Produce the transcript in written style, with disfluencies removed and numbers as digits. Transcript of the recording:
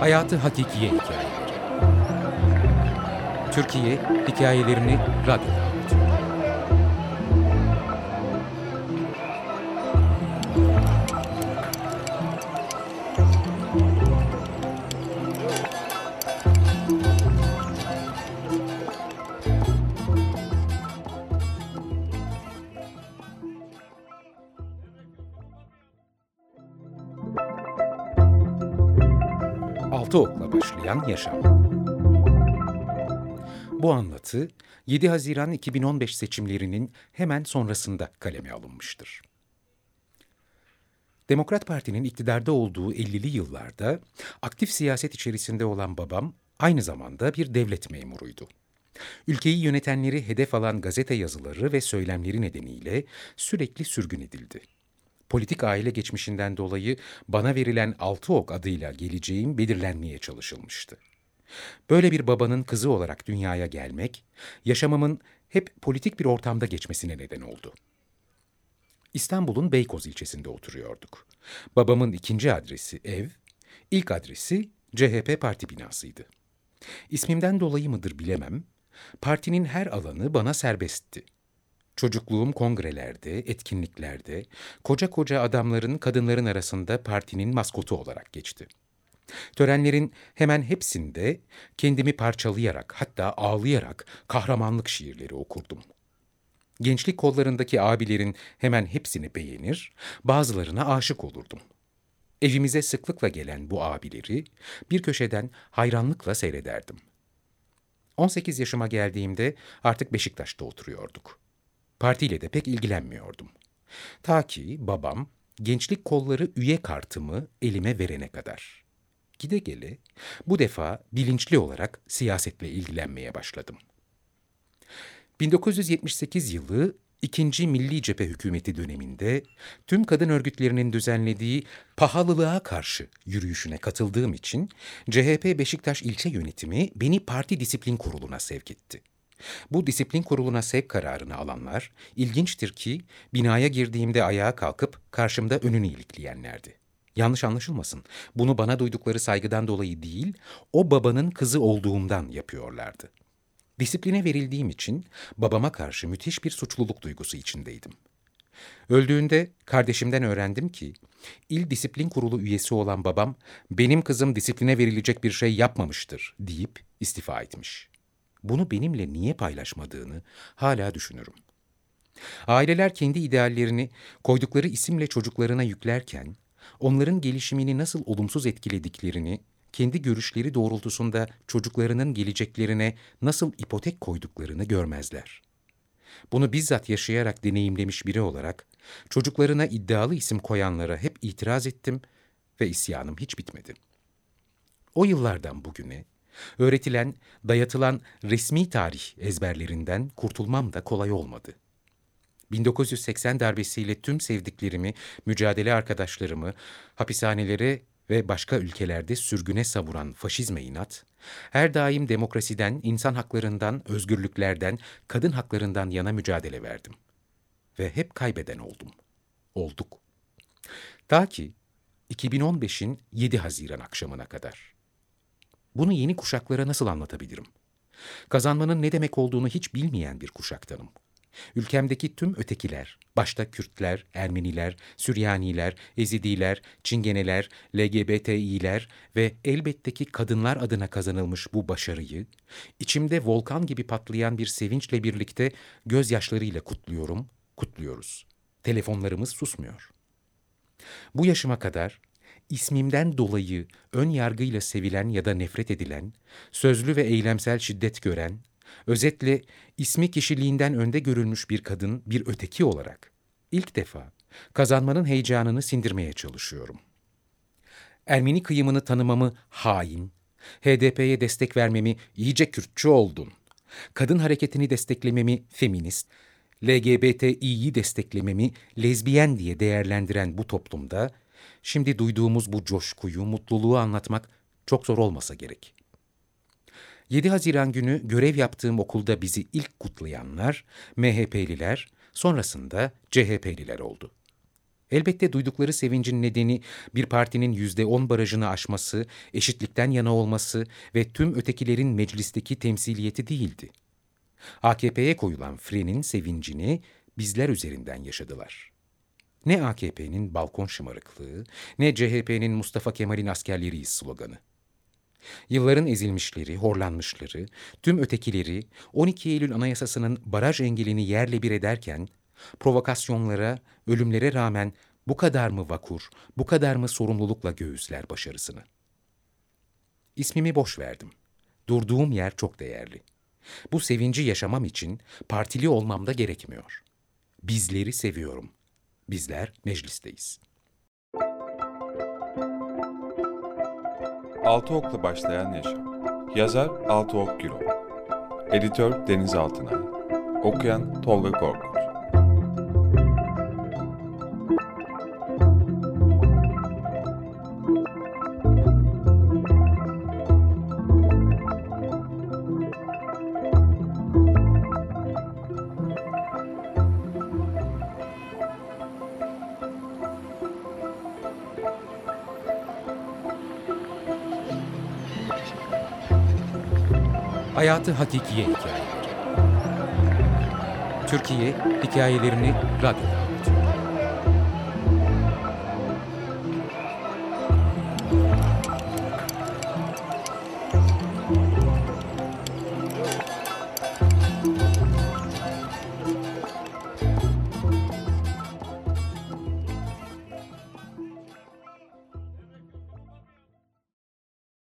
Hayatı hakikiye hikayeleri. Türkiye hikayelerini radyoda anlatıyor. Altı okla başlayan yaşam. Bu anlatı 7 Haziran 2015 seçimlerinin hemen sonrasında kaleme alınmıştır. Demokrat Parti'nin iktidarda olduğu 50'li yıllarda aktif siyaset içerisinde olan babam aynı zamanda bir devlet memuruydu. Ülkeyi yönetenleri hedef alan gazete yazıları ve söylemleri nedeniyle sürekli sürgün edildi. Politik aile geçmişinden dolayı bana verilen altı ok adıyla geleceğim belirlenmeye çalışılmıştı. Böyle bir babanın kızı olarak dünyaya gelmek, yaşamımın hep politik bir ortamda geçmesine neden oldu. İstanbul'un Beykoz ilçesinde oturuyorduk. Babamın ikinci adresi ev, ilk adresi CHP parti binasıydı. İsmimden dolayı mıdır bilemem, partinin her alanı bana serbestti. Çocukluğum kongrelerde, etkinliklerde, koca koca adamların, kadınların arasında partinin maskotu olarak geçti. Törenlerin hemen hepsinde kendimi parçalayarak, hatta ağlayarak kahramanlık şiirleri okurdum. Gençlik kollarındaki abilerin hemen hepsini beğenir, bazılarına aşık olurdum. Evimize sıklıkla gelen bu abileri bir köşeden hayranlıkla seyrederdim. 18 yaşıma geldiğimde artık Beşiktaş'ta oturuyorduk. Partiyle de pek ilgilenmiyordum. Ta ki babam gençlik kolları üye kartımı elime verene kadar. Gide gele bu defa bilinçli olarak siyasetle ilgilenmeye başladım. 1978 yılı 2. Milli Cephe Hükümeti döneminde tüm kadın örgütlerinin düzenlediği pahalılığa karşı yürüyüşüne katıldığım için CHP Beşiktaş İlçe Yönetimi beni Parti Disiplin Kurulu'na sevk etti. Bu disiplin kuruluna sevk kararını alanlar, ilginçtir ki binaya girdiğimde ayağa kalkıp karşımda önünü ilikleyenlerdi. Yanlış anlaşılmasın, bunu bana duydukları saygıdan dolayı değil, o babanın kızı olduğumdan yapıyorlardı. Disipline verildiğim için babama karşı müthiş bir suçluluk duygusu içindeydim. Öldüğünde kardeşimden öğrendim ki, İl Disiplin Kurulu üyesi olan babam, benim kızım disipline verilecek bir şey yapmamıştır deyip istifa etmiş. Bunu benimle niye paylaşmadığını hala düşünürüm. Aileler kendi ideallerini koydukları isimle çocuklarına yüklerken, onların gelişimini nasıl olumsuz etkilediklerini, kendi görüşleri doğrultusunda çocuklarının geleceklerine nasıl ipotek koyduklarını görmezler. Bunu bizzat yaşayarak deneyimlemiş biri olarak, çocuklarına iddialı isim koyanlara hep itiraz ettim ve isyanım hiç bitmedi. O yıllardan bugüne, öğretilen, dayatılan resmi tarih ezberlerinden kurtulmam da kolay olmadı. 1980 darbesiyle tüm sevdiklerimi, mücadele arkadaşlarımı hapishanelere ve başka ülkelerde sürgüne savuran faşizme inat, her daim demokrasiden, insan haklarından, özgürlüklerden, kadın haklarından yana mücadele verdim. Ve hep kaybeden oldum. Olduk. Ta ki 2015'in 7 Haziran akşamına kadar. Bunu yeni kuşaklara nasıl anlatabilirim? Kazanmanın ne demek olduğunu hiç bilmeyen bir kuşaktanım. Ülkemdeki tüm ötekiler, başta Kürtler, Ermeniler, Süryaniler, Ezidiler, Çingeneler, LGBTİ'ler ve elbette ki kadınlar adına kazanılmış bu başarıyı, içimde volkan gibi patlayan bir sevinçle birlikte gözyaşlarıyla kutluyorum, kutluyoruz. Telefonlarımız susmuyor. Bu yaşıma kadar İsmimden dolayı ön yargıyla sevilen ya da nefret edilen, sözlü ve eylemsel şiddet gören, özetle ismi kişiliğinden önde görülmüş bir kadın, bir öteki olarak ilk defa kazanmanın heyecanını sindirmeye çalışıyorum. Ermeni kıyımını tanımamı hain, HDP'ye destek vermemi iyice Kürtçü oldun, kadın hareketini desteklememi feminist, LGBTİ'yi desteklememi lezbiyen diye değerlendiren bu toplumda, şimdi duyduğumuz bu coşkuyu, mutluluğu anlatmak çok zor olmasa gerek. 7 Haziran günü görev yaptığım okulda bizi ilk kutlayanlar MHP'liler, sonrasında CHP'liler oldu. Elbette duydukları sevincin nedeni bir partinin %10 barajını aşması, eşitlikten yana olması ve tüm ötekilerin meclisteki temsiliyeti değildi. AKP'ye koyulan frenin sevincini bizler üzerinden yaşadılar. Ne AKP'nin balkon şımarıklığı, ne CHP'nin Mustafa Kemal'in askerleriyiz sloganı. Yılların ezilmişleri, horlanmışları, tüm ötekileri 12 Eylül Anayasası'nın baraj engelini yerle bir ederken, provokasyonlara, ölümlere rağmen bu kadar mı vakur, bu kadar mı sorumlulukla göğüsler başarısını? İsmimi boş verdim. Durduğum yer çok değerli. Bu sevinci yaşamam için partili olmam da gerekmiyor. Bizleri seviyorum. Bizler meclisteyiz. Altı okla başlayan yaşam. Yazar Altı Ok Gürol. Editör Deniz Altınay. Okuyan Tolga Korkut. Hayatı Hakikiye Hikayeleri. Türkiye hikayelerini radyoda.